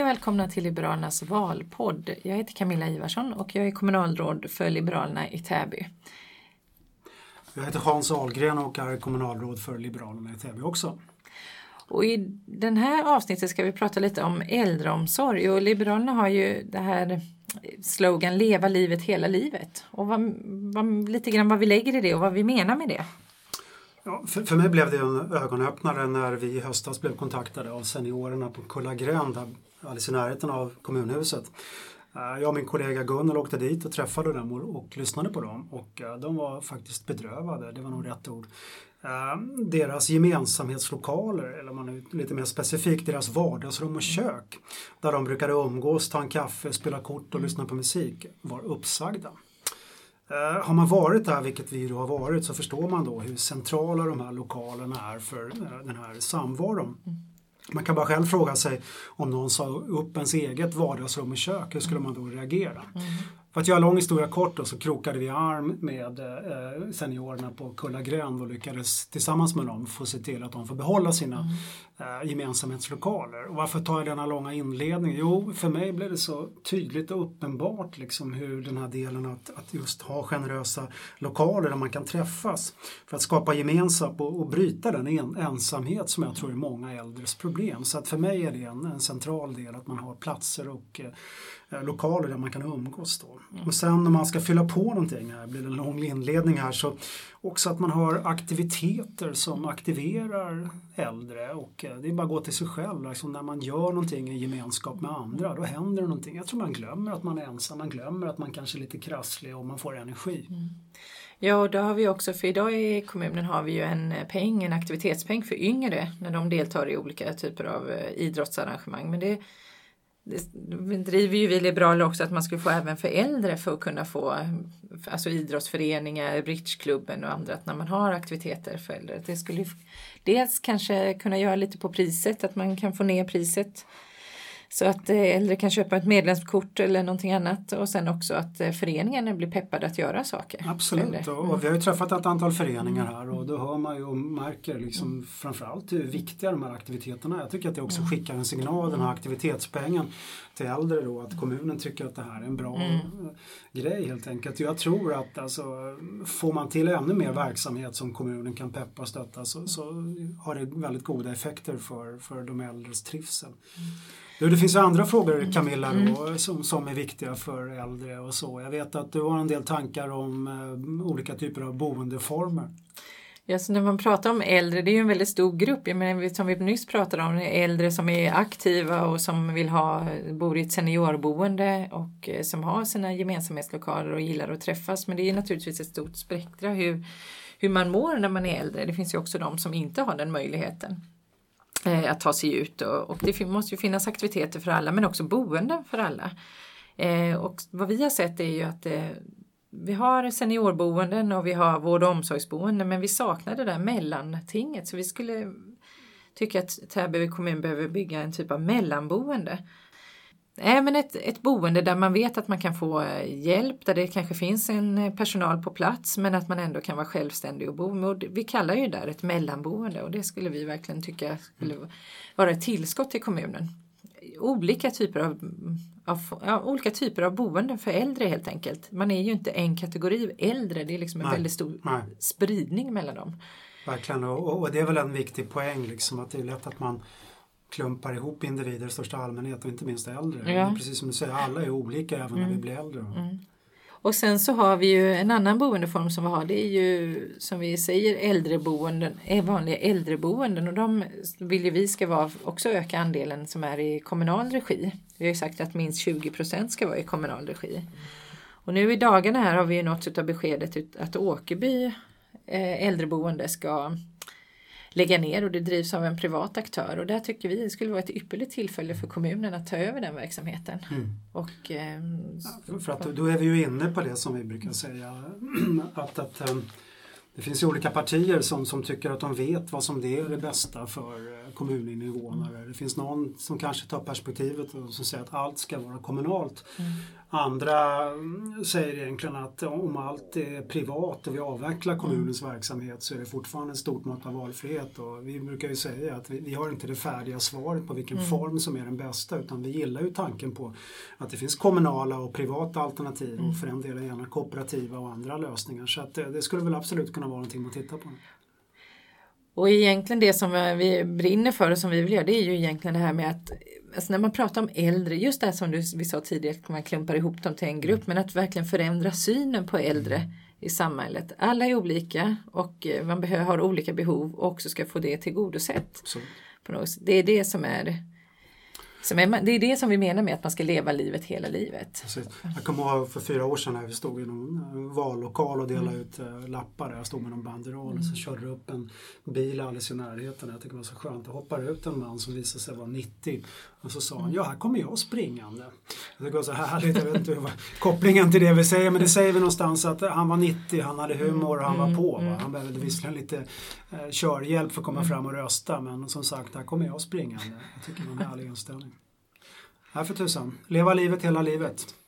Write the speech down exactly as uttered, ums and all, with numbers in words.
välkomna till Liberalernas valpodd. Jag heter Camilla Ivarsson och jag är kommunalråd för Liberalerna i Täby. Jag heter Hans Ahlgren och är kommunalråd för Liberalerna i Täby också. Och i den här avsnittet ska vi prata lite om äldreomsorg, och Liberalerna har ju det här slogan Leva livet hela livet. Och vad, vad, lite grann vad vi lägger i det och vad vi menar med det. Ja, för, för mig blev det en ögonöppnare när vi i höstas blev kontaktade av seniorerna på Kullagren, där, alldeles i närheten av kommunhuset. Jag och min kollega Gunnel åkte dit och träffade dem och, och lyssnade på dem, och de var faktiskt bedrövade, det var nog rätt ord. Deras gemensamhetslokaler, eller man är lite mer specifikt deras vardagsrum och kök, där de brukade umgås, ta en kaffe, spela kort och lyssna på musik, var uppsagda. Uh, har man varit där, vilket vi då har varit, så förstår man då hur centrala de här lokalerna är för uh, den här samvaron. Mm. Man kan bara själv fråga sig, om någon sa upp ens eget vardagsrum och kök, hur skulle man då reagera? Mm. För att göra lång historia kort då, så krokade vi arm med eh, seniorerna på Kullagren och lyckades tillsammans med dem få se till att de får behålla sina mm. eh, gemensamhetslokaler. Och varför tar jag denna långa inledning? Jo, för mig blev det så tydligt och uppenbart liksom hur den här delen att, att just ha generösa lokaler där man kan träffas för att skapa gemenskap och, och bryta den en, ensamhet som jag tror är många äldres problem. Så att för mig är det en, en central del att man har platser och eh, lokaler där man kan umgås då. Mm. Och sen när man ska fylla på någonting, här blir det en lång inledning här, så också att man har aktiviteter som aktiverar äldre, och det är bara att gå till sig själv. Liksom när man gör någonting i gemenskap med andra, då händer det någonting. Jag tror man glömmer att man är ensam, man glömmer att man kanske är lite krasslig och man får energi. Mm. Ja, och då har vi också, för idag i kommunen har vi ju en peng, en aktivitetspeng för yngre när de deltar i olika typer av idrottsarrangemang. Men det Det driver ju vi liberaler också att man skulle få även för äldre för att kunna få, alltså idrottsföreningar, bridgeklubben och andra, att när man har aktiviteter för äldre. Det skulle dels kanske kunna göra lite på priset, att man kan få ner priset så att äldre kan köpa ett medlemskort eller någonting annat, och sen också att föreningarna blir peppade att göra saker. Absolut, och, och vi har ju träffat ett antal föreningar här, och då hör man ju och märker liksom mm. framförallt hur viktiga de här aktiviteterna är. Jag tycker att det också skickar en signal, den här aktivitetspengen till äldre då, att kommunen tycker att det här är en bra mm. grej helt enkelt. Jag tror att alltså, får man till ännu mer verksamhet som kommunen kan peppa och stötta, så, så har det väldigt goda effekter för, för de äldres trivsel. Mm. Det finns andra frågor, Camilla, då, mm. som, som är viktiga för äldre och så. Jag vet att du har en del tankar om eh, olika typer av boendeformer. Ja, så när man pratar om äldre, det är ju en väldigt stor grupp. Jag menar, som vi nyss pratade om, äldre som är aktiva och som vill ha, bor i ett seniorboende och eh, som har sina gemensamhetslokaler och gillar att träffas. Men det är naturligtvis ett stort spektra hur, hur man mår när man är äldre. Det finns ju också de som inte har den möjligheten att ta sig ut, och, och det måste ju finnas aktiviteter för alla, men också boenden för alla. Eh, och vad vi har sett är ju att eh, vi har seniorboenden och vi har vård- och omsorgsboenden, men vi saknar det där mellantinget, så vi skulle tycka att Täby kommun behöver bygga en typ av mellanboende. Nej, men ett, ett boende där man vet att man kan få hjälp, där det kanske finns en personal på plats, men att man ändå kan vara självständig och bo. Vi kallar ju där ett mellanboende, och det skulle vi verkligen tycka skulle vara ett tillskott till kommunen. Olika typer av, av, ja, olika typer av boenden för äldre helt enkelt. Man är ju inte en kategori äldre, det är liksom en nej, väldigt stor nej. spridning mellan dem. Verkligen, och, och det är väl en viktig poäng liksom, att det är lätt att man klumpar ihop individer i största allmänhet och inte minst äldre. Ja. Precis som du säger, alla är olika även mm. när vi blir äldre. Mm. Och sen så har vi ju en annan boendeform som vi har. Det är ju, som vi säger, äldreboenden, är vanliga äldreboenden. Och de vill ju vi ska vara, också öka andelen som är i kommunal regi. Vi har ju sagt att minst tjugo procent ska vara i kommunal regi. Mm. Och nu i dagarna här har vi ju nått av beskedet att Åkerby äldreboende ska lägga ner, och det drivs av en privat aktör, och där tycker vi det skulle vara ett ypperligt tillfälle för kommunen att ta över den verksamheten. Mm. Och, eh, ja, för att då är vi ju inne på det som vi brukar säga, att, att um, det finns ju olika partier som, som tycker att de vet vad som det är det bästa för kommuninvånare. Mm. Det finns någon som kanske tar perspektivet och som säger att allt ska vara kommunalt. Mm. Andra säger egentligen att om allt är privat och vi avvecklar kommunens mm. verksamhet så är det fortfarande ett stort mått av valfrihet. Och vi brukar ju säga att vi, vi har inte det färdiga svaret på vilken mm. form som är den bästa, utan vi gillar ju tanken på att det finns kommunala och privata alternativ mm. och för en del gärna kooperativa och andra lösningar. Så att det, det skulle väl absolut kunna vara någonting att titta på. Och egentligen det som vi brinner för och som vi vill göra, det är ju egentligen det här med att alltså när man pratar om äldre, just det här som du, vi sa tidigare, att man klumpar ihop dem till en grupp, men att verkligen förändra synen på äldre i samhället. Alla är olika och man behöver, har olika behov och också ska få det tillgodosett. Så. På något sätt. Det är det som är... Som är, det är det som vi menar med att man ska leva livet hela livet. Precis. Jag kommer ihåg för fyra år sedan när vi stod i någon vallokal och delade mm. ut äh, lappar. Jag stod med någon banderoll mm. och så körde det upp en bil alldeles i närheten. Jag tyckte det var så skönt. Det hoppade ut en man som visade sig vara nittio. Och så sa han, ja här kommer jag springande. Jag tycker det var så härligt, jag vet inte vad kopplingen till det vi säger. Men det säger vi någonstans att han var nittio, han hade humor och han var på. Va? Han behövde visserligen lite eh, körhjälp för att komma fram och rösta. Men som sagt, här kommer jag springande. Jag tycker det var en härlig inställning. Här för tusan. Leva livet hela livet.